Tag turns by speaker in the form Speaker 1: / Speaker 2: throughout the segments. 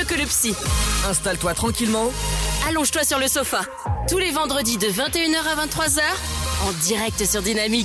Speaker 1: mieux que le psy.
Speaker 2: Installe-toi tranquillement.
Speaker 1: Allonge-toi sur le sofa. Tous les vendredis de 21h à 23h, en direct sur Dynamique.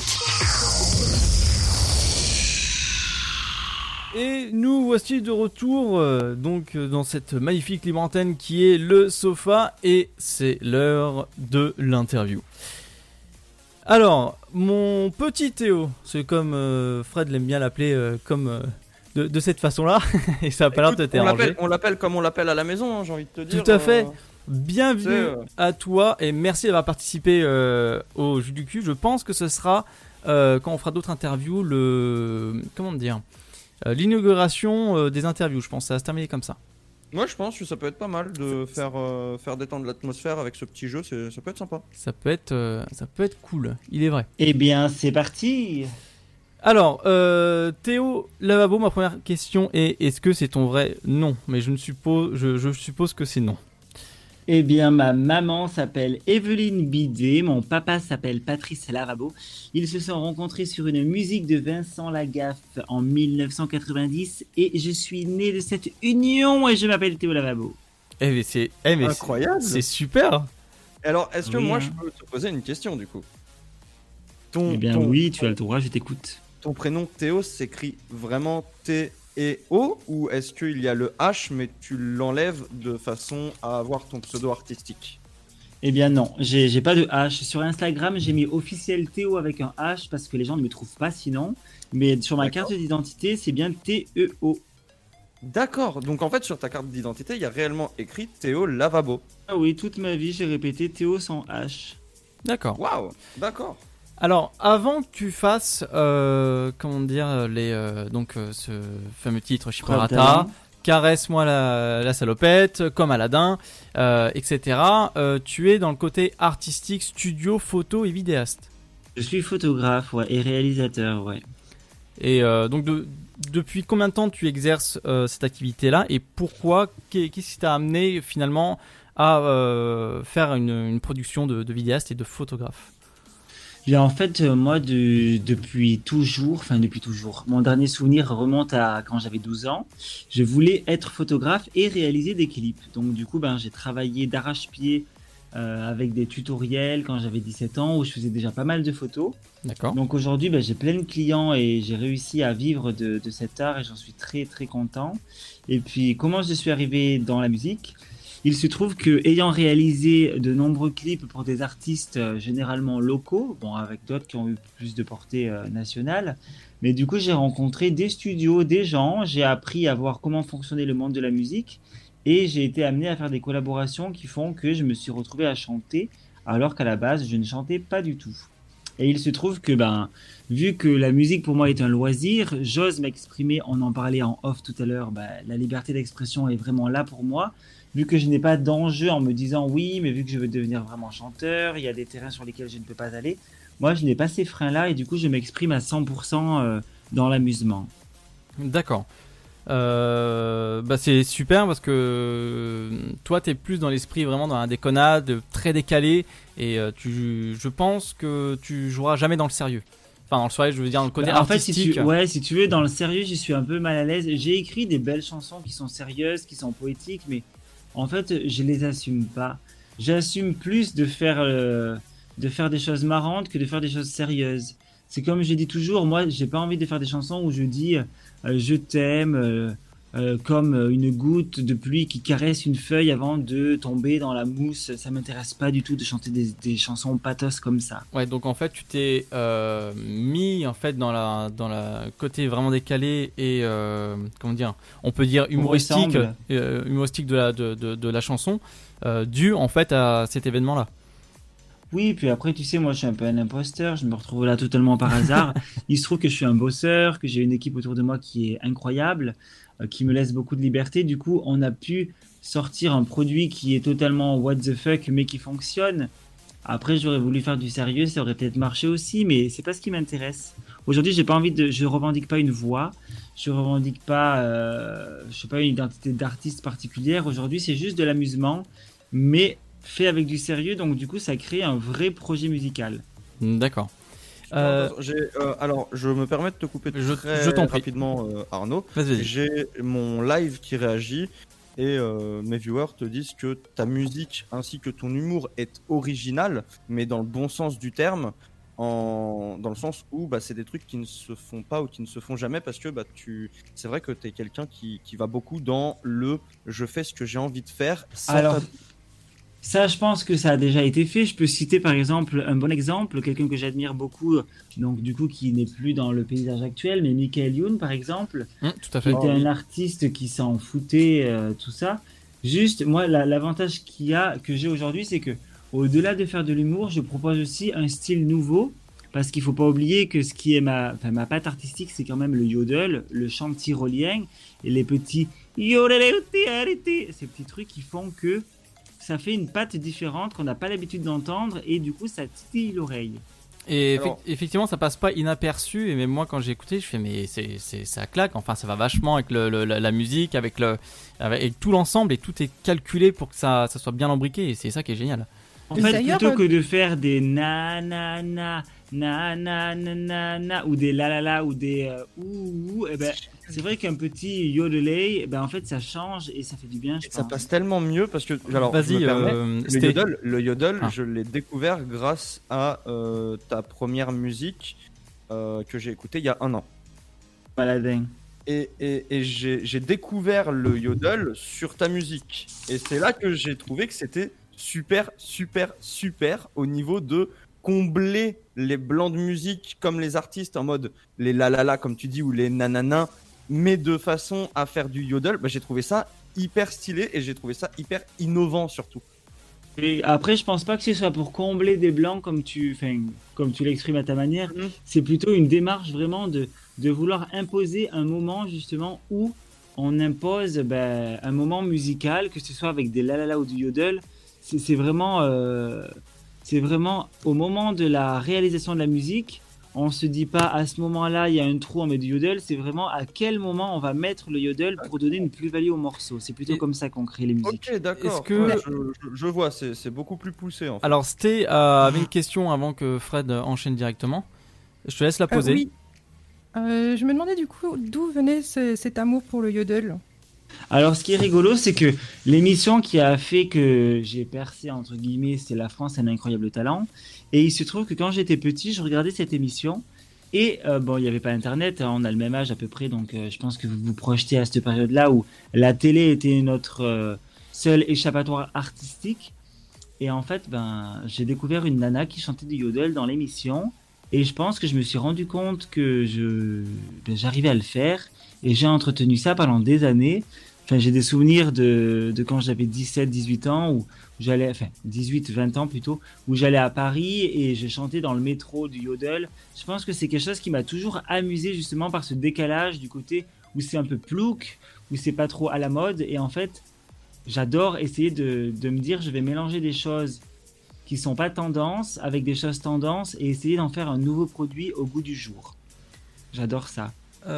Speaker 3: Et nous voici de retour dans cette magnifique libre antenne qui est le sofa, et c'est l'heure de l'interview. Alors, mon petit Théo, c'est comme Fred l'aime bien l'appeler de cette façon-là, et ça n'a pas l'air de te déranger.
Speaker 4: On l'appelle comme on l'appelle à la maison, hein, j'ai envie de te dire.
Speaker 3: Tout à fait. Bienvenue à toi et merci d'avoir participé au Jus du Cul. Je pense que ce sera, quand on fera d'autres interviews, l'inauguration des interviews. Je pense que ça va se terminer comme ça.
Speaker 4: Moi, je pense que ça peut être pas mal de faire détendre l'atmosphère avec ce petit jeu. Ça peut être sympa.
Speaker 3: Ça peut être cool, il est vrai.
Speaker 5: Eh bien, c'est parti.
Speaker 3: Alors, Théo Lavabo, ma première question est: est-ce que c'est ton vrai nom? Mais je suppose que c'est non.
Speaker 5: Eh bien, ma maman s'appelle Evelyne Bidet, mon papa s'appelle Patrice Lavabo. Ils se sont rencontrés sur une musique de Vincent Lagaffe en 1990 et je suis né de cette union et je m'appelle Théo Lavabo.
Speaker 3: Mais c'est
Speaker 4: incroyable.
Speaker 3: C'est super.
Speaker 4: Alors, est-ce que moi je peux te poser une question du coup?
Speaker 5: Eh bien oui, tu as le droit, je t'écoute.
Speaker 4: Ton prénom Théo s'écrit vraiment T-E-O ou est-ce qu'il y a le H mais tu l'enlèves de façon à avoir ton pseudo artistique?
Speaker 5: Eh bien non, j'ai pas de H. Sur Instagram, j'ai mis officiel Théo avec un H parce que les gens ne me trouvent pas sinon. Mais sur ma carte d'identité, c'est bien T-E-O.
Speaker 4: D'accord, donc en fait sur ta carte d'identité, il y a réellement écrit Théo Lavabo.
Speaker 5: Ah oui, toute ma vie, j'ai répété Théo sans H.
Speaker 3: D'accord.
Speaker 4: Waouh, d'accord.
Speaker 3: Alors, avant que tu fasses, ce fameux titre Chiprata, Caresse-moi la salopette, comme Aladdin, etc. Tu es dans le côté artistique, studio, photo et vidéaste.
Speaker 5: Je suis photographe, et réalisateur,
Speaker 3: Et donc, depuis combien de temps tu exerces cette activité-là et pourquoi? Qu'est-ce qui t'a amené finalement à faire une production de vidéaste et de photographe?
Speaker 5: Bien, en fait, moi, depuis toujours, mon dernier souvenir remonte à quand j'avais 12 ans. Je voulais être photographe et réaliser des clips. Donc, du coup, j'ai travaillé d'arrache-pied avec des tutoriels quand j'avais 17 ans où je faisais déjà pas mal de photos.
Speaker 3: D'accord.
Speaker 5: Donc, aujourd'hui, j'ai plein de clients et j'ai réussi à vivre de cet art et j'en suis très, très content. Et puis, comment je suis arrivé dans la musique ? Il se trouve que, ayant réalisé de nombreux clips pour des artistes généralement locaux, avec d'autres qui ont eu plus de portée nationale, mais du coup j'ai rencontré des studios, des gens, j'ai appris à voir comment fonctionnait le monde de la musique et j'ai été amené à faire des collaborations qui font que je me suis retrouvé à chanter alors qu'à la base je ne chantais pas du tout. Et il se trouve que, vu que la musique pour moi est un loisir, j'ose m'exprimer, on en parlait en off tout à l'heure, la liberté d'expression est vraiment là pour moi. Vu que je n'ai pas d'enjeu en me disant oui, mais vu que je veux devenir vraiment chanteur, il y a des terrains sur lesquels je ne peux pas aller. Moi, je n'ai pas ces freins-là et du coup, je m'exprime à 100% dans l'amusement.
Speaker 3: D'accord. C'est super parce que toi, tu es plus dans l'esprit vraiment dans la déconnade, très décalé, et je pense que tu joueras jamais dans le sérieux. Enfin, dans le soirée, je veux dire, dans le côté artistique.
Speaker 5: En fait, si tu veux, dans le sérieux, j'y suis un peu mal à l'aise. J'ai écrit des belles chansons qui sont sérieuses, qui sont poétiques, mais en fait, je les assume pas. J'assume plus de faire des choses marrantes que de faire des choses sérieuses. C'est comme je dis toujours, moi, j'ai pas envie de faire des chansons où je dis je t'aime comme une goutte de pluie qui caresse une feuille avant de tomber dans la mousse. Ça m'intéresse pas du tout de chanter des chansons pathos comme ça.
Speaker 3: Ouais, donc en fait, tu t'es mis en fait dans la côté vraiment décalé et on peut dire humoristique de la chanson, dû en fait à cet événement-là.
Speaker 5: Oui, puis après, tu sais, moi, je suis un peu un imposteur. Je me retrouve là totalement par hasard. Il se trouve que je suis un bosseur, que j'ai une équipe autour de moi qui est incroyable, qui me laisse beaucoup de liberté. Du coup, on a pu sortir un produit qui est totalement what the fuck, mais qui fonctionne. Après, j'aurais voulu faire du sérieux, ça aurait peut-être marché aussi, mais c'est pas ce qui m'intéresse. Aujourd'hui, je revendique pas une voix, je revendique pas, une identité d'artiste particulière. Aujourd'hui, c'est juste de l'amusement, mais fait avec du sérieux, donc du coup ça crée un vrai projet musical.
Speaker 3: D'accord.
Speaker 4: Alors je me permets de te couper très rapidement, Arnaud.
Speaker 3: Vas-y.
Speaker 4: J'ai mon live qui réagit. et mes viewers te disent que ta musique ainsi que ton humour est original, mais dans le bon sens du terme, dans le sens où c'est des trucs qui ne se font pas ou qui ne se font jamais parce que c'est vrai que tu es quelqu'un qui va beaucoup dans le je fais ce que j'ai envie de faire sans
Speaker 5: Alors, ça, je pense que ça a déjà été fait. Je peux citer par exemple un bon exemple, quelqu'un que j'admire beaucoup, donc du coup qui n'est plus dans le paysage actuel, mais Michael Youn par exemple,
Speaker 3: Tout à
Speaker 5: qui
Speaker 3: fait.
Speaker 5: était un artiste qui s'en foutait, tout ça. Juste, moi, l'avantage que j'ai aujourd'hui, c'est que au-delà de faire de l'humour, je propose aussi un style nouveau, parce qu'il faut pas oublier que ce qui est ma patte artistique, c'est quand même le yodel, le chant tyrolien, et les petits ces petits trucs qui font que ça fait une patte différente qu'on n'a pas l'habitude d'entendre, et du coup, ça titille l'oreille.
Speaker 3: Et
Speaker 4: Alors-
Speaker 3: effectivement, ça passe pas inaperçu. Et même moi, quand j'ai écouté, je fais mais ça claque. Enfin, ça va vachement avec la musique, avec tout l'ensemble, et tout est calculé pour que ça soit bien embriqué. Et c'est ça qui est génial.
Speaker 5: En
Speaker 6: Et
Speaker 5: fait,
Speaker 6: d'ailleurs,
Speaker 5: plutôt que de faire des na na na na na na na na ou des la la la ou des ou, c'est vrai qu'un petit yodelay, en fait, ça change et ça fait du bien, je
Speaker 4: ça
Speaker 5: pense.
Speaker 4: passe tellement mieux parce que alors je
Speaker 3: Vas-y,
Speaker 4: me permets,
Speaker 3: c'était-
Speaker 4: le yodel,
Speaker 3: Ah.
Speaker 4: je l'ai découvert grâce à ta première musique que j'ai écoutée il y a 1 an.
Speaker 5: Paladin.
Speaker 4: Et j'ai découvert le yodel sur ta musique. Et c'est là que j'ai trouvé que c'était super, super, super au niveau de combler les blancs de musique comme les artistes en mode les la la la comme tu dis ou les nanana, mais de façon à faire du yodel. J'ai trouvé ça hyper stylé et j'ai trouvé ça hyper innovant surtout.
Speaker 5: Et après, je pense pas que ce soit pour combler des blancs comme tu l'exprimes à ta manière.
Speaker 4: Mhm.
Speaker 5: C'est plutôt une démarche vraiment de vouloir imposer un moment justement où on impose un moment musical, que ce soit avec des la la la ou du yodel. C'est vraiment au moment de la réalisation de la musique. On se dit pas à ce moment-là il y a un trou, on met du yodel. C'est vraiment à quel moment on va mettre le yodel pour donner une plus-value au morceau. C'est plutôt
Speaker 3: Et-
Speaker 5: comme ça qu'on crée les musiques.
Speaker 4: Ok, d'accord.
Speaker 3: Est-ce que-
Speaker 4: Je vois, c'est beaucoup plus poussé en fait.
Speaker 3: Alors, Sté avait une question avant que Fred enchaîne directement. Je te laisse la poser.
Speaker 6: Oui. Je me demandais du coup d'où venait cet amour pour le yodel.
Speaker 5: Alors, ce qui est rigolo, c'est que l'émission qui a fait que j'ai percé, entre guillemets, c'est La France a un incroyable talent. Et il se trouve que quand j'étais petit, je regardais cette émission. Et il n'y avait pas Internet, hein, on a le même âge à peu près. Donc, je pense que vous vous projetez à cette période-là où la télé était notre seul échappatoire artistique. Et en fait, j'ai découvert une nana qui chantait du yodel dans l'émission. Et je pense que je me suis rendu compte que j'arrivais à le faire. Et j'ai entretenu ça pendant des années. Enfin, j'ai des souvenirs de quand j'avais 17, 18 ans, où j'allais, 18, 20 ans plutôt, où j'allais à Paris et je chantais dans le métro du yodel. Je pense que c'est quelque chose qui m'a toujours amusé justement par ce décalage du côté où c'est un peu plouc, où c'est pas trop à la mode. Et en fait, j'adore essayer de me dire, je vais mélanger des choses qui sont pas tendance avec des choses tendances et essayer d'en faire un nouveau produit au goût du jour. J'adore ça.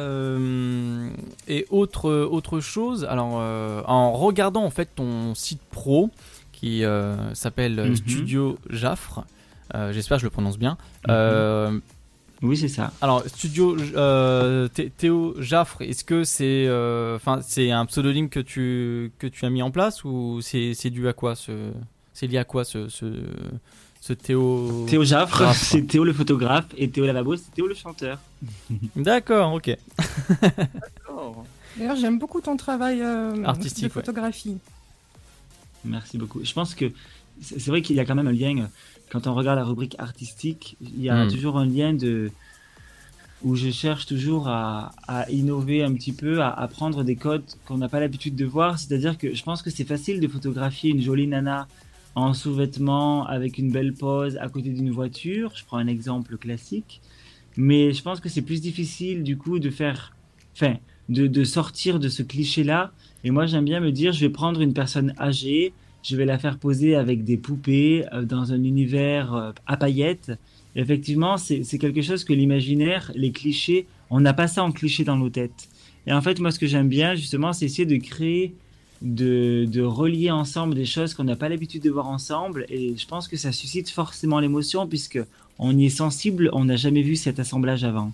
Speaker 3: Et autre chose, alors en regardant en fait ton site pro qui s'appelle Studio Jaffre, j'espère que je le prononce bien.
Speaker 5: Oui, c'est ça.
Speaker 3: Alors Studio Théo Jaffre, est-ce que c'est un pseudonyme que tu as mis en place ou c'est dû à quoi c'est lié à quoi ce Théo
Speaker 5: Théo Jaffre,
Speaker 3: Jaffre.
Speaker 5: c'est Théo le photographe et Théo Lavabo, c'est Théo le chanteur.
Speaker 3: D'accord, ok.
Speaker 6: D'ailleurs, j'aime beaucoup ton travail
Speaker 3: Artistique,
Speaker 6: de
Speaker 3: ouais.
Speaker 6: photographie.
Speaker 5: Merci beaucoup. Je pense que c'est vrai qu'il y a quand même un lien. Quand on regarde la rubrique artistique, il y a toujours un lien où je cherche toujours à innover un petit peu, à prendre des codes qu'on n'a pas l'habitude de voir. C'est-à-dire que je pense que c'est facile de photographier une jolie nana en sous-vêtements avec une belle pose à côté d'une voiture. Je prends un exemple classique. Mais je pense que c'est plus difficile du coup de faire, de sortir de ce cliché-là. Et moi j'aime bien me dire, je vais prendre une personne âgée, je vais la faire poser avec des poupées dans un univers à paillettes. Et effectivement, c'est quelque chose que l'imaginaire, les clichés, on n'a pas ça en cliché dans nos têtes. Et en fait, moi ce que j'aime bien justement, c'est essayer de créer, de relier ensemble des choses qu'on n'a pas l'habitude de voir ensemble. Et je pense que ça suscite forcément l'émotion puisque on y est sensible, on n'a jamais vu cet assemblage avant.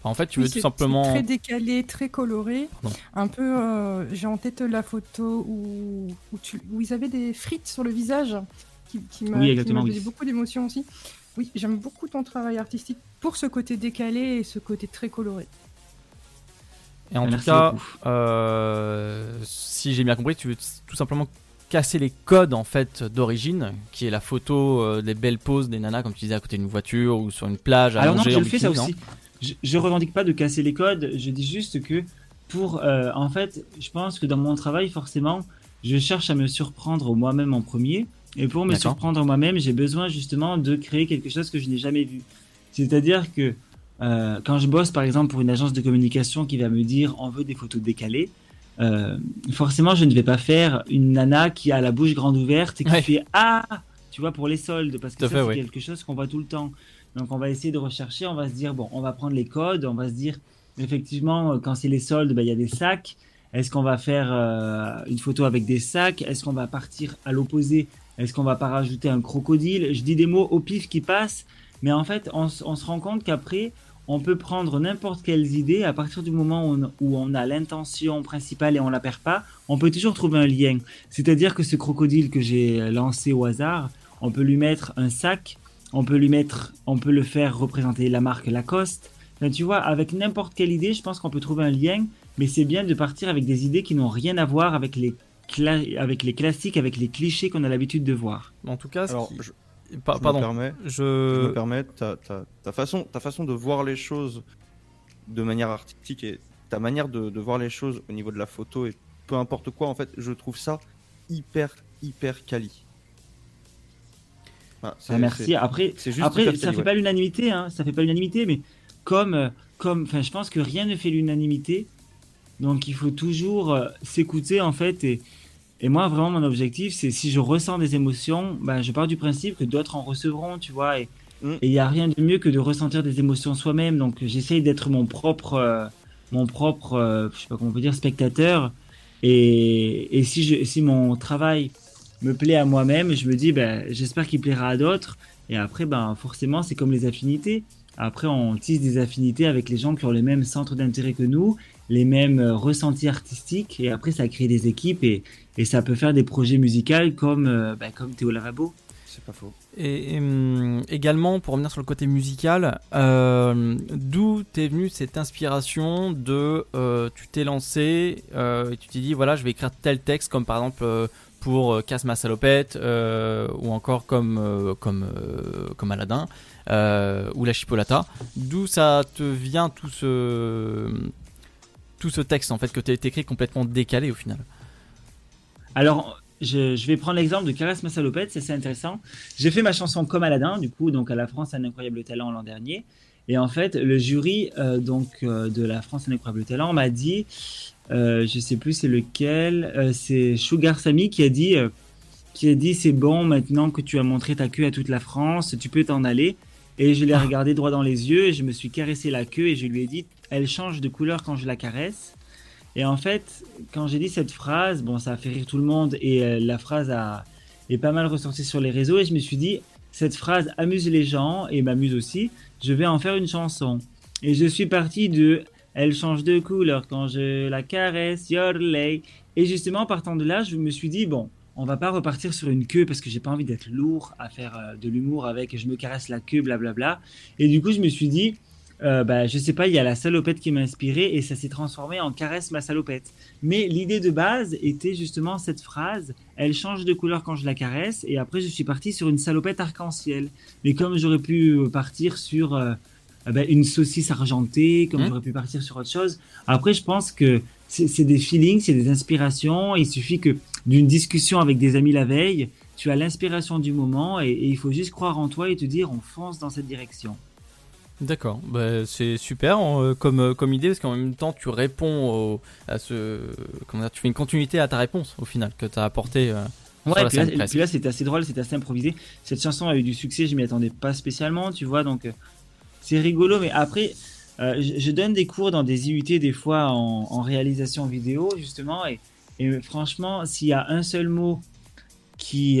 Speaker 3: En fait, tu veux
Speaker 6: Oui,
Speaker 3: tout
Speaker 6: c'est
Speaker 3: simplement.
Speaker 6: très décalé, très coloré.
Speaker 3: Pardon.
Speaker 6: Un peu, j'ai en tête la photo où ils avaient des frites sur le visage qui
Speaker 5: Oui, exactement,
Speaker 6: m'a donné
Speaker 5: oui.
Speaker 6: beaucoup d'émotions aussi. Oui, j'aime beaucoup ton travail artistique pour ce côté décalé et ce côté très coloré.
Speaker 3: Et en tout
Speaker 5: Merci
Speaker 3: cas,
Speaker 5: beaucoup.
Speaker 3: si j'ai bien compris, tu veux tout simplement casser les codes en fait d'origine, qui est la photo des belles poses des nanas, comme tu disais, à côté d'une voiture ou sur une plage.
Speaker 5: Alors non,
Speaker 3: allongée
Speaker 5: je
Speaker 3: en
Speaker 5: le fais ça
Speaker 3: bikini, non
Speaker 5: aussi. Je revendique pas de casser les codes, je dis juste que en fait, je pense que dans mon travail, forcément, je cherche à me surprendre moi-même en premier. Et pour me
Speaker 3: D'accord.
Speaker 5: surprendre moi-même, j'ai besoin justement de créer quelque chose que je n'ai jamais vu. C'est-à-dire que quand je bosse par exemple pour une agence de communication qui va me dire on veut des photos décalées, forcément je ne vais pas faire une nana qui a la bouche grande ouverte et qui
Speaker 3: Ouais.
Speaker 5: fait ah, tu vois, pour les soldes, parce que
Speaker 3: Tout à
Speaker 5: ça
Speaker 3: fait,
Speaker 5: c'est
Speaker 3: oui.
Speaker 5: quelque chose qu'on voit tout le temps. Donc on va essayer de rechercher, on va se dire bon, on va prendre les codes, on va se dire effectivement quand c'est les soldes, ben, il y a des sacs. Est-ce qu'on va faire une photo avec des sacs? Est-ce qu'on va partir à l'opposé? Est-ce qu'on va pas rajouter un crocodile? Je dis des mots au pif qui passent, mais en fait, on se rend compte qu'après, on peut prendre n'importe quelles idées. À partir du moment où on a l'intention principale et on la perd pas, on peut toujours trouver un lien. C'est-à-dire que ce crocodile que j'ai lancé au hasard, on peut lui mettre un sac, on peut le faire représenter la marque Lacoste. Enfin, tu vois, avec n'importe quelle idée, je pense qu'on peut trouver un lien, mais c'est bien de partir avec des idées qui n'ont rien à voir avec les classiques, avec les clichés qu'on a l'habitude de voir.
Speaker 3: En tout cas,
Speaker 4: Alors,
Speaker 3: je
Speaker 4: je
Speaker 3: pardon,
Speaker 4: me permets, je me permets, ta façon de voir les choses de manière artistique et ta manière de voir les choses au niveau de la photo et peu importe quoi, en fait, je trouve ça hyper quali. Enfin,
Speaker 5: Ah, merci. Après,
Speaker 4: c'est juste
Speaker 5: après
Speaker 4: hyper
Speaker 5: ça
Speaker 4: quali,
Speaker 5: fait
Speaker 4: ouais.
Speaker 5: pas l'unanimité, hein. Ça fait pas l'unanimité, mais enfin, je pense que rien ne fait l'unanimité. Donc, il faut toujours s'écouter, en fait. Et moi, vraiment, mon objectif, c'est si je ressens des émotions, ben, je pars du principe que d'autres en recevront, tu vois. Et il n'y a rien de mieux que de ressentir des émotions soi-même. Donc, j'essaye d'être mon propre, je sais pas comment on peut dire, spectateur. Et si mon travail me plaît à moi-même, je me dis, ben, j'espère qu'il plaira à d'autres. Et après, ben, forcément, c'est comme les affinités. Après, on tisse des affinités avec les gens qui ont les mêmes centres d'intérêt que nous, les mêmes ressentis artistiques. Et après, ça crée des équipes et ça peut faire des projets musicaux comme Théo Lavabo.
Speaker 4: C'est pas faux.
Speaker 3: Et également, pour revenir sur le côté musical, d'où t'es venue cette inspiration de tu t'es lancé et tu t'es dit voilà, je vais écrire tel texte, comme par exemple pour Casse ma salopette ou encore comme Aladdin ou La Chipolata. D'où ça te vient tout ce texte en fait que t'as écrit complètement décalé au final?
Speaker 5: Alors, je vais prendre l'exemple de Caresse ma salopette, c'est assez intéressant. J'ai fait ma chanson comme Aladdin, du coup, donc à la France un incroyable talent l'an dernier. Et en fait, le jury de la France un incroyable talent m'a dit, je sais plus c'est lequel, c'est Sugar Sammy qui a dit c'est bon, maintenant que tu as montré ta queue à toute la France, tu peux t'en aller. Et je l'ai regardé droit dans les yeux et je me suis caressé la queue et je lui ai dit, elle change de couleur quand je la caresse. Et en fait, quand j'ai dit cette phrase, bon, ça a fait rire tout le monde et la phrase est pas mal ressortie sur les réseaux et je me suis dit, cette phrase amuse les gens et m'amuse aussi, je vais en faire une chanson. Et je suis parti de elle change de couleur quand je la caresse, yorley. Et justement, partant de là, je me suis dit, bon, on va pas repartir sur une queue parce que j'ai pas envie d'être lourd à faire de l'humour avec je me caresse la queue, blablabla. Et du coup, je me suis dit, je sais pas, il y a la salopette qui m'a inspiré et ça s'est transformé en caresse ma salopette. Mais l'idée de base était justement cette phrase, elle change de couleur quand je la caresse et après je suis parti sur une salopette arc-en-ciel. Mais comme j'aurais pu partir sur une saucisse argentée, comme j'aurais pu partir sur autre chose, après je pense que c'est des feelings, c'est des inspirations, il suffit que d'une discussion avec des amis la veille, tu as l'inspiration du moment et il faut juste croire en toi et te dire on fonce dans cette direction.
Speaker 3: D'accord, bah, c'est super comme idée parce qu'en même temps tu réponds tu fais une continuité à ta réponse au final que tu as apporté sur la scène presque.
Speaker 5: Puis là c'était assez drôle, c'était assez improvisé. Cette chanson a eu du succès, je m'y attendais pas spécialement, tu vois, donc c'est rigolo. Mais après, je donne des cours dans des IUT des fois en réalisation vidéo justement et franchement, s'il y a un seul mot qui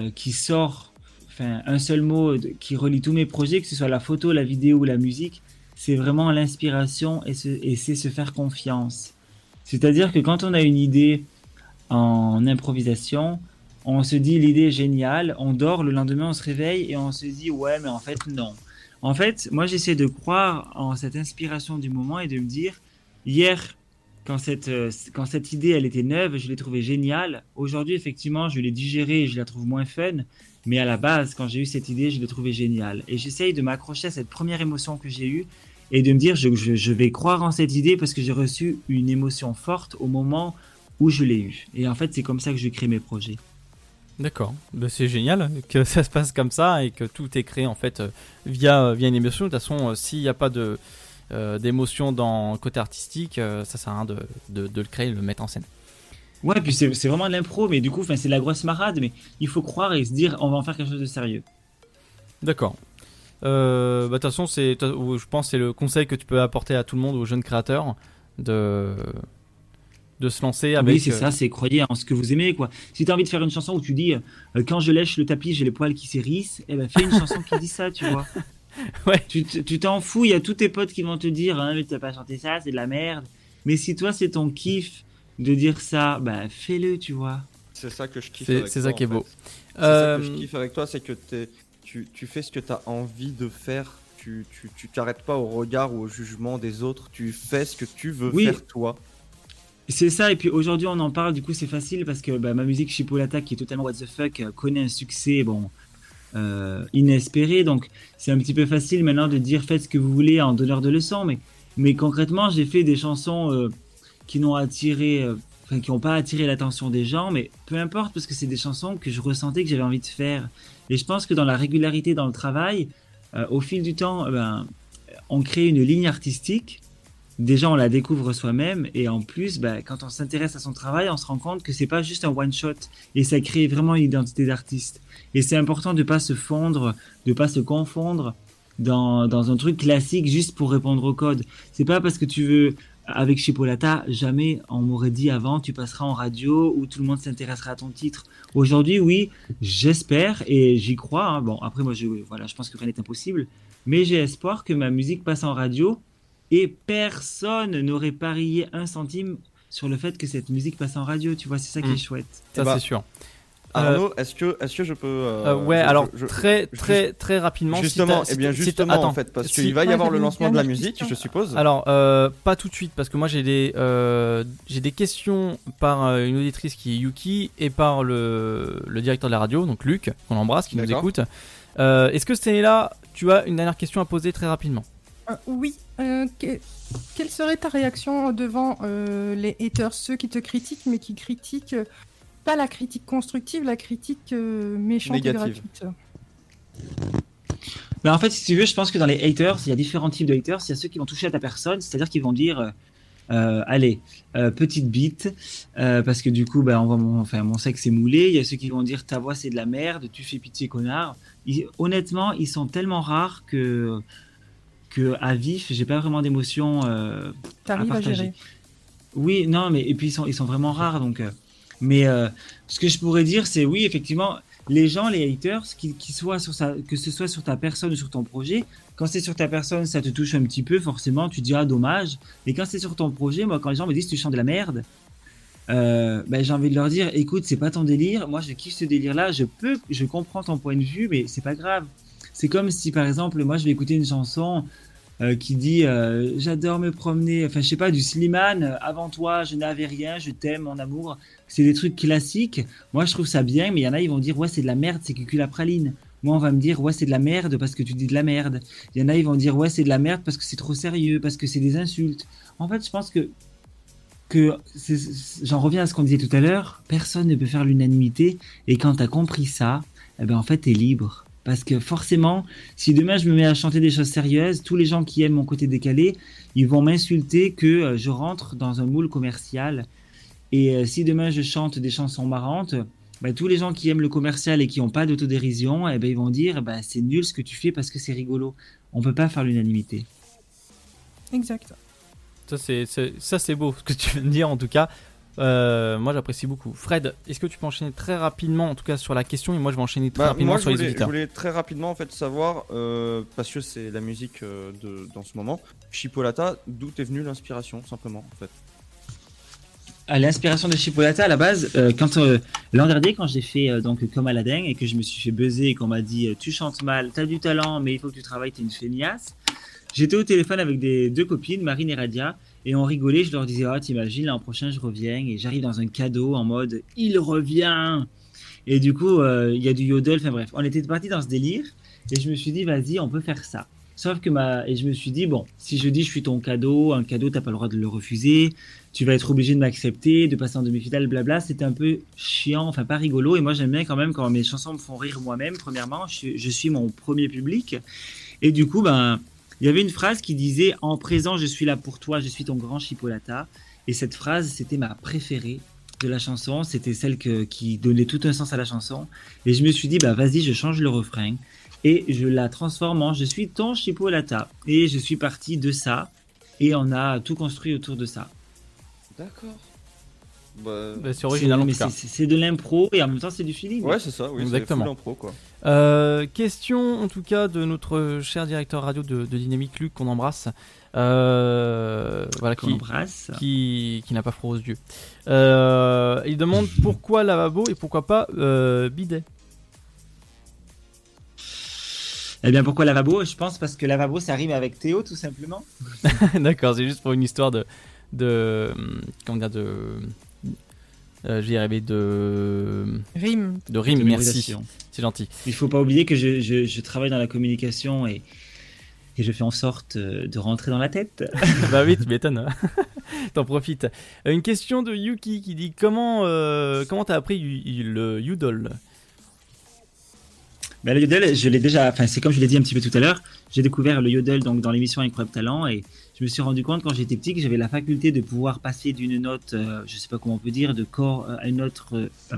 Speaker 5: sort, enfin un seul mot qui relie tous mes projets, que ce soit la photo, la vidéo ou la musique, c'est vraiment l'inspiration et c'est se faire confiance. C'est-à-dire que quand on a une idée en improvisation, on se dit l'idée est géniale, on dort, le lendemain on se réveille et on se dit ouais mais en fait non. En fait, moi j'essaie de croire en cette inspiration du moment et de me dire hier quand cette idée elle était neuve, je l'ai trouvée géniale. Aujourd'hui effectivement je l'ai digérée et je la trouve moins fun, mais à la base quand j'ai eu cette idée je l'ai trouvée géniale. Et j'essaye de m'accrocher à cette première émotion que j'ai eue et de me dire je vais croire en cette idée parce que j'ai reçu une émotion forte au moment où je l'ai eue. Et en fait c'est comme ça que je crée mes projets.
Speaker 3: D'accord, bah, c'est génial que ça se passe comme ça et que tout est créé en fait via une émotion. De toute façon, s'il n'y a pas d'émotion dans le côté artistique, ça sert à rien de le créer, de le mettre en scène.
Speaker 5: Ouais, puis c'est vraiment de l'impro, mais du coup, c'est la grosse marade, mais il faut croire et se dire on va en faire quelque chose de sérieux.
Speaker 3: D'accord. De toute façon, je pense que c'est le conseil que tu peux apporter à tout le monde, aux jeunes créateurs, de se lancer avec...
Speaker 5: Oui, c'est ça, c'est croyez en ce que vous aimez, quoi. Si tu as envie de faire une chanson où tu dis quand je lèche le tapis, j'ai les poils qui s'hérissent, eh ben fais une chanson qui dit ça, tu vois.
Speaker 3: Ouais.
Speaker 5: Tu t'en fous, il y a tous tes potes qui vont te dire mais tu n'as pas chanté ça, c'est de la merde. Mais si toi, c'est ton kiff de dire ça, bah fais-le, tu vois.
Speaker 4: C'est ça que je kiffe avec toi.
Speaker 3: C'est ça qui est beau.
Speaker 4: C'est ça que je kiffe avec toi, c'est que tu fais ce que tu as envie de faire. Tu t'arrêtes pas au regard ou au jugement des autres. Tu fais ce que tu veux faire toi.
Speaker 5: C'est ça, et puis aujourd'hui on en parle, du coup c'est facile parce que ma musique Chipolata qui est totalement what the fuck connaît un succès inespéré, donc c'est un petit peu facile maintenant de dire faites ce que vous voulez en donneur de leçons, mais concrètement j'ai fait des chansons qui n'ont pas attiré l'attention des gens, mais peu importe parce que c'est des chansons que je ressentais que j'avais envie de faire, et je pense que dans la régularité dans le travail, au fil du temps, on crée une ligne artistique. Déjà, on la découvre soi-même et en plus, quand on s'intéresse à son travail, on se rend compte que c'est pas juste un one-shot et ça crée vraiment une identité d'artiste. Et c'est important de pas se fondre, de pas se confondre dans un truc classique juste pour répondre au code. C'est pas parce que tu veux, avec Chipolata, jamais on m'aurait dit avant tu passeras en radio où tout le monde s'intéressera à ton titre. Aujourd'hui, oui, j'espère et j'y crois. Hein. Bon, après moi, je pense que rien n'est impossible, mais j'ai espoir que ma musique passe en radio. Et personne n'aurait parié un centime sur le fait que cette musique passe en radio, tu vois, c'est ça qui est chouette.
Speaker 3: Ça, c'est sûr.
Speaker 4: Arnaud, est-ce que je peux...
Speaker 3: très rapidement...
Speaker 4: Justement, en fait, parce qu'il va y avoir le lancement de la musique, je suppose.
Speaker 3: Alors, pas tout de suite, parce que moi j'ai des questions par une auditrice qui est Yuki et par le directeur de la radio, donc Luc, qu'on embrasse, qui nous écoute. Est-ce que cette année-là, tu as une dernière question à poser très rapidement?
Speaker 6: Oui. Quelle serait ta réaction devant les haters, ceux qui te critiquent, mais qui critiquent pas la critique constructive, la critique méchante
Speaker 4: négative.
Speaker 6: et gratuite?
Speaker 5: En fait, si tu veux, je pense que dans les haters, il y a différents types de haters. Il y a ceux qui vont toucher à ta personne, c'est-à-dire qu'ils vont dire allez, petite bite, parce que du coup, on voit mon sexe est moulé. Il y a ceux qui vont dire ta voix c'est de la merde, tu fais pitié connard. Honnêtement, ils sont tellement rares que à vif, j'ai pas vraiment d'émotion à
Speaker 6: T'arrives à
Speaker 5: partager.
Speaker 6: gérer.
Speaker 5: Oui, non, mais et puis ils sont vraiment rares, donc. Mais ce que je pourrais dire, c'est oui, effectivement, les gens, les haters, que ce soit sur ta personne ou sur ton projet, quand c'est sur ta personne, ça te touche un petit peu, forcément, tu te dis ah dommage. Mais quand c'est sur ton projet, moi, quand les gens me disent tu chantes de la merde, j'ai envie de leur dire écoute, c'est pas ton délire, moi je kiffe ce délire-là, je comprends ton point de vue, mais c'est pas grave. C'est comme si par exemple, moi je vais écouter une chanson qui dit j'adore me promener, enfin je sais pas, du Slimane, avant toi je n'avais rien, je t'aime mon amour, c'est des trucs classiques, moi je trouve ça bien, mais il y en a ils vont dire ouais c'est de la merde, c'est cucul la praline. Moi on va me dire ouais c'est de la merde parce que tu dis de la merde. Il y en a ils vont dire ouais c'est de la merde parce que c'est trop sérieux, parce que c'est des insultes. En fait je pense que j'en reviens à ce qu'on disait tout à l'heure, personne ne peut faire l'unanimité, et quand t'as compris ça, en fait t'es libre. Parce que forcément, si demain je me mets à chanter des choses sérieuses, tous les gens qui aiment mon côté décalé, ils vont m'insulter que je rentre dans un moule commercial. Et si demain je chante des chansons marrantes, tous les gens qui aiment le commercial et qui n'ont pas d'autodérision, ils vont dire c'est nul ce que tu fais parce que c'est rigolo. On peut pas faire l'unanimité.
Speaker 6: Exact.
Speaker 3: Ça c'est beau ce que tu viens de dire en tout cas. Moi j'apprécie beaucoup. Fred, est-ce que tu peux enchaîner très rapidement en tout cas sur la question et moi je vais enchaîner très rapidement
Speaker 4: moi,
Speaker 3: sur les
Speaker 4: je
Speaker 3: auditeurs.
Speaker 4: voulais très rapidement en fait savoir, parce que c'est la musique dans ce moment, Chipolata, d'où est venue l'inspiration simplement en fait.
Speaker 5: À l'inspiration de Chipolata, à la base, l'an dernier, quand j'ai fait donc comme Aladdin et que je me suis fait buzzer et qu'on m'a dit tu chantes mal, t'as du talent, mais il faut que tu travailles, t'es une feignasse. J'étais au téléphone avec deux copines, Marine et Radia, et on rigolait. Je leur disais t'imagines, l'an prochain je reviens et j'arrive dans un cadeau en mode il revient. Et du coup, il y a du yodel. Enfin bref, on était partis dans ce délire et je me suis dit vas-y, on peut faire ça. Sauf que et je me suis dit bon, si je dis je suis ton cadeau, un cadeau t'as pas le droit de le refuser. Tu vas être obligé de m'accepter, de passer en demi-finale, blabla. C'était un peu chiant, enfin pas rigolo. Et moi, j'aime bien quand même quand mes chansons me font rire moi-même. Premièrement, je suis mon premier public. Et du coup, il y avait une phrase qui disait « En présent, je suis là pour toi, je suis ton grand Chipolata ». Et cette phrase, c'était ma préférée de la chanson. C'était celle qui donnait tout un sens à la chanson. Et je me suis dit, vas-y, je change le refrain. Et je la transforme en « Je suis ton Chipolata ». Et je suis parti de ça. Et on a tout construit autour de ça.
Speaker 4: D'accord.
Speaker 3: C'est original en tout cas.
Speaker 5: C'est de l'impro et en même temps c'est du feeling.
Speaker 4: Ouais, c'est ça, oui,
Speaker 3: exactement.
Speaker 4: C'est full impro quoi.
Speaker 3: Question en tout cas de notre cher directeur radio de Dynamique, Luc, qu'on embrasse. Voilà, qui n'a pas froid aux yeux. Il demande pourquoi lavabo et pourquoi pas bidet.
Speaker 5: Eh bien pourquoi lavabo ? Je pense parce que lavabo ça rime avec Théo tout simplement.
Speaker 3: D'accord, c'est juste pour une histoire comment dire j'y arrivais de
Speaker 6: rime,
Speaker 3: merci, c'est gentil.
Speaker 5: Il faut pas oublier que je travaille dans la communication et je fais en sorte de rentrer dans la tête.
Speaker 3: Bah oui, tu m'étonnes. T'en profites. Une question de Yuki qui dit comment t'as appris le yodel?
Speaker 5: Le yodel, je l'ai déjà, c'est comme je l'ai dit un petit peu tout à l'heure, j'ai découvert le yodel donc dans l'émission Incroyable Talent et je me suis rendu compte quand j'étais petit que j'avais la faculté de pouvoir passer d'une note, je sais pas comment on peut dire, de corps à une autre,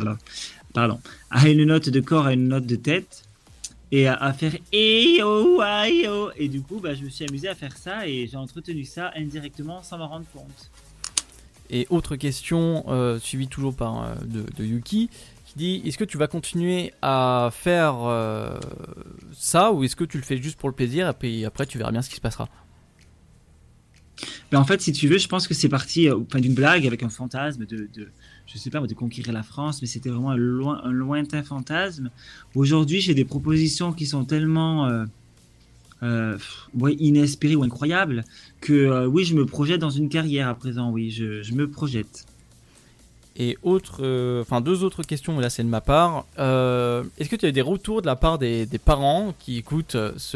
Speaker 5: à une note de corps à une note de tête et à faire e-o, a-e-o. Et du coup, je me suis amusé à faire ça et j'ai entretenu ça indirectement sans m'en rendre compte.
Speaker 3: Et autre question, suivie toujours par de Yuki, qui dit est-ce que tu vas continuer à faire ça ou est-ce que tu le fais juste pour le plaisir et puis après tu verras bien ce qui se passera?
Speaker 5: En fait, si tu veux, je pense que c'est parti d'une blague avec un fantasme je sais pas, de conquérir la France, mais c'était vraiment un lointain fantasme. Aujourd'hui, j'ai des propositions qui sont tellement inespérées ou incroyables que oui, je me projette dans une carrière à présent. Oui, je me projette.
Speaker 3: Et deux autres questions, mais là c'est de ma part. Est-ce que tu as eu des retours de la part des parents qui écoutent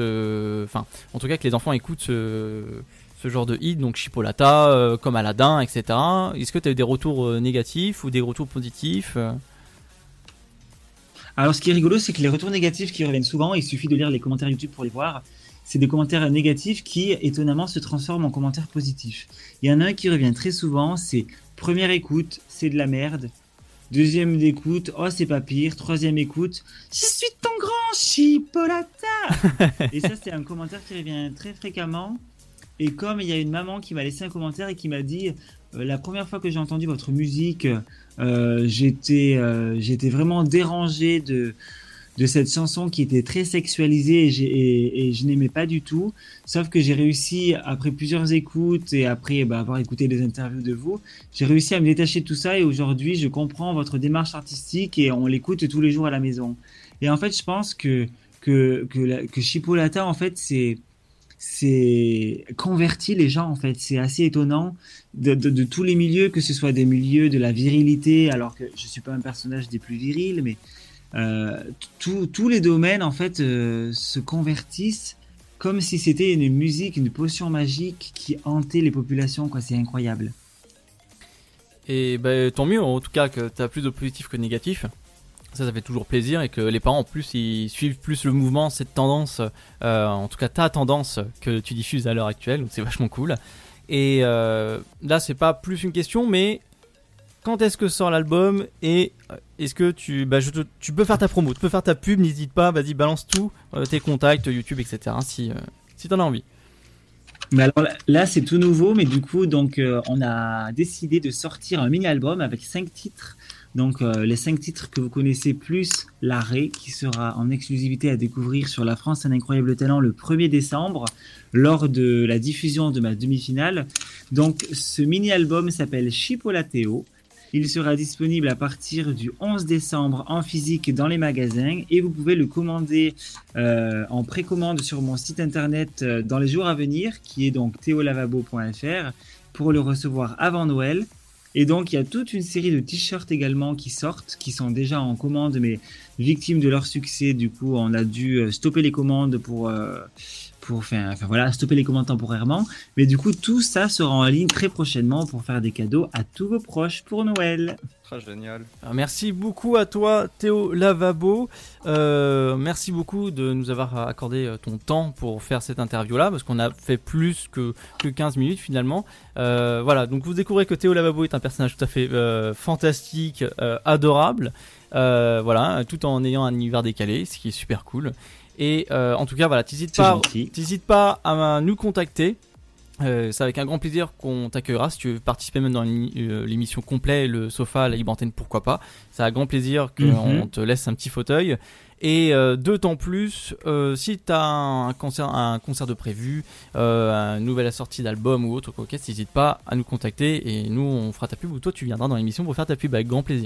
Speaker 3: en tout cas que les enfants écoutent ce genre de hit, donc Chipolata, comme Aladdin, etc. Est-ce que tu as eu des retours négatifs ou des retours positifs?
Speaker 5: Alors ce qui est rigolo, c'est que les retours négatifs qui reviennent souvent, il suffit de lire les commentaires YouTube pour les voir, c'est des commentaires négatifs qui étonnamment se transforment en commentaires positifs. Il y en a un qui revient très souvent, c'est première écoute, c'est de la merde. Deuxième écoute, oh c'est pas pire. Troisième écoute, je suis ton grand Chipolata. Et ça c'est un commentaire qui revient très fréquemment. Et comme il y a une maman qui m'a laissé un commentaire et qui m'a dit la première fois que j'ai entendu votre musique, j'étais vraiment dérangé de cette chanson qui était très sexualisée et je n'aimais pas du tout. Sauf que j'ai réussi, après plusieurs écoutes et après avoir écouté les interviews de vous, j'ai réussi à me détacher de tout ça et aujourd'hui je comprends votre démarche artistique et on l'écoute tous les jours à la maison. Et en fait je pense que Chipolata en fait c'est converti les gens en fait. C'est assez étonnant de tous les milieux, que ce soit des milieux de la virilité, alors que je suis pas un personnage des plus virils, mais tous les domaines en fait se convertissent comme si c'était une musique, une potion magique qui hantait les populations quoi. C'est incroyable.
Speaker 3: Et tant mieux en tout cas que tu as plus de positif que de négatif. Ça fait toujours plaisir et que les parents en plus ils suivent plus le mouvement, cette tendance, en tout cas ta tendance que tu diffuses à l'heure actuelle, donc c'est vachement cool. Et là c'est pas plus une question, mais quand est-ce que sort l'album et est-ce que tu peux faire ta promo, tu peux faire ta pub, n'hésite pas, vas-y balance tout, tes contacts, YouTube, etc. si t'en as envie.
Speaker 5: Mais alors là, c'est tout nouveau, mais du coup, donc, on a décidé de sortir un mini-album avec 5 titres. Donc, les 5 titres que vous connaissez, plus l'arrêt, qui sera en exclusivité à découvrir sur La France, un incroyable talent le 1er décembre, lors de la diffusion de ma demi-finale. Donc, ce mini-album s'appelle Chipolatéo. Il sera disponible à partir du 11 décembre en physique dans les magasins et vous pouvez le commander en précommande sur mon site internet dans les jours à venir, qui est donc theolavabo.fr, pour le recevoir avant Noël. Et donc, il y a toute une série de t-shirts également qui sortent, qui sont déjà en commande, mais victimes de leur succès. Du coup, on a dû stopper les commandes pour stopper les commandes temporairement. Mais du coup, tout ça sera en ligne très prochainement pour faire des cadeaux à tous vos proches pour Noël.
Speaker 4: Très génial.
Speaker 3: Alors, merci beaucoup à toi, Théo Lavabo. Merci beaucoup de nous avoir accordé ton temps pour faire cette interview-là, parce qu'on a fait plus que 15 minutes finalement. Voilà, donc vous découvrez que Théo Lavabo est un personnage tout à fait fantastique, adorable. Voilà, tout en ayant un univers décalé, ce qui est super cool. Et en tout cas, voilà, t'hésites pas à nous contacter. C'est avec un grand plaisir qu'on t'accueillera. Si tu veux participer même dans l'émission complète, le sofa, la libre antenne, pourquoi pas. C'est avec grand plaisir qu'on te laisse un petit fauteuil. Et d'autant plus, si tu as un concert de prévu, une nouvelle sortie d'album ou autre, n'hésite pas à nous contacter et nous on fera ta pub ou toi tu viendras dans l'émission pour faire ta pub avec grand plaisir.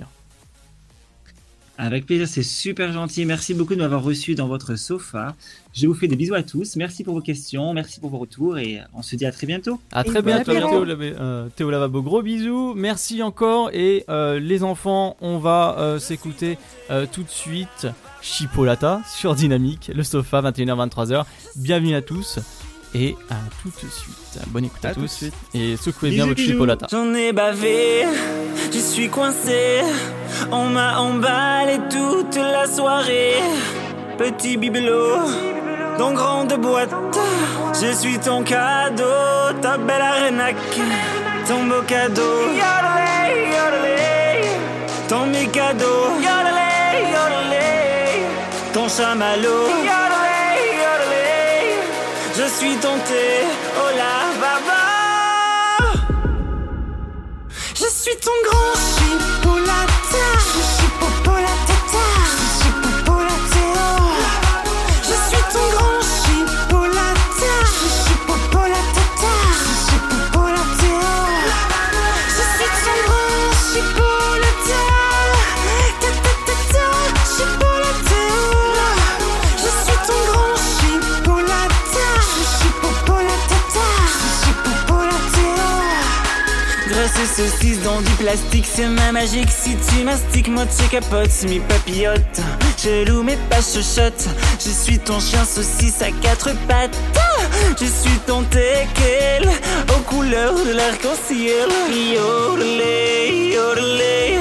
Speaker 5: Avec plaisir, c'est super gentil. Merci beaucoup de m'avoir reçu dans votre sofa. Je vous fais des bisous à tous. Merci pour vos questions, merci pour vos retours et on se dit à très bientôt.
Speaker 3: À très bientôt, Théo Lavabo. Gros bisous, merci encore. Et les enfants, on va s'écouter tout de suite Chipolata sur Dynamique, le sofa, 21h-23h. Bienvenue à tous. Et à tout de suite. Bonne écoute à tous. Et secouez bien votre Chipolata.
Speaker 7: J'en ai bavé, j'y suis coincé. On m'a emballé toute la soirée. Petit bibelot dans grande boîte. Je suis ton cadeau, ta belle arénaque. Ton beau cadeau, yodelé, yodelé. Ton mi-cadeau, yodelé, yodelé. Ton chamallow, yodelé, yodelé. Je suis tenté, oh la baba. Je suis ton grand chipolata. Chipopolatata. Chipopolatéo. Je suis ton grand chipolata. Chipopolatata. Chipopolatéo. Je suis ton grand chipolata. Ta-ta-ta-ta. Chipolatéo. Je suis ton grand chipolata. Chipopolatata. Chipopolatéo. Grâce aux saucisses dans du plastique, c'est ma magique. Si tu mastiques, moitié capote, mi papillote. Je loue mais pas chuchote. Je suis ton chien saucisse à 4 pattes. Je suis ton teckel aux couleurs de l'arc-en-ciel. Yodelé, yodelé,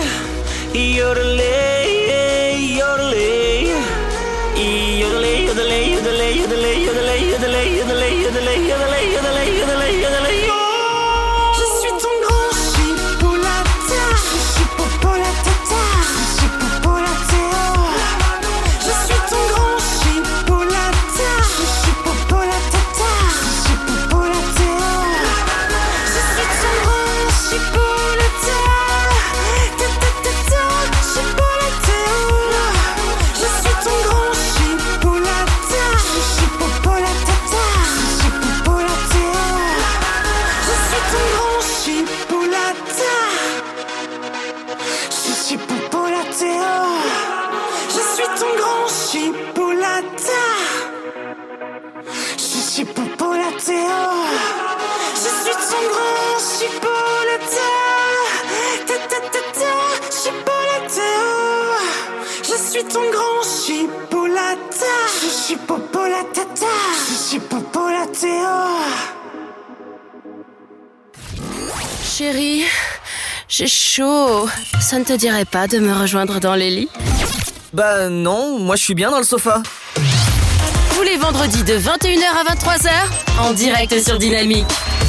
Speaker 7: yodelé, yodelé. Yodelé, yodelé, yodelé, yodelé, yodelé, yodelé, yodelé, yodelé, yodelé, yodelé, yodelé, yodelé. Chipopolatata, chipopolatéo. Je suis ton grand chipolata. Chipopolatata, chipopolatéo. Je suis ton grand chipolata. Ta-ta-ta-ta, chipolatéo. Je suis ton grand chipolata. Chipopolatata, chipopolatéo. Je suis ton grand chipolata. Chipopolatéo. Je suis ton grand chipolata. Chipopolatéo. Je suis ton grand chipolata. Ta-ta-ta-ta, chipolatéo. Je suis ton grand chipolata. Chipopolatata. Chipopolatéo.
Speaker 1: Chérie, j'ai chaud. Ça ne te dirait pas de me rejoindre dans les lits?
Speaker 2: Bah non, moi je suis bien dans le sofa.
Speaker 1: Tous les vendredis de 21h à 23h, en direct sur Dynamique.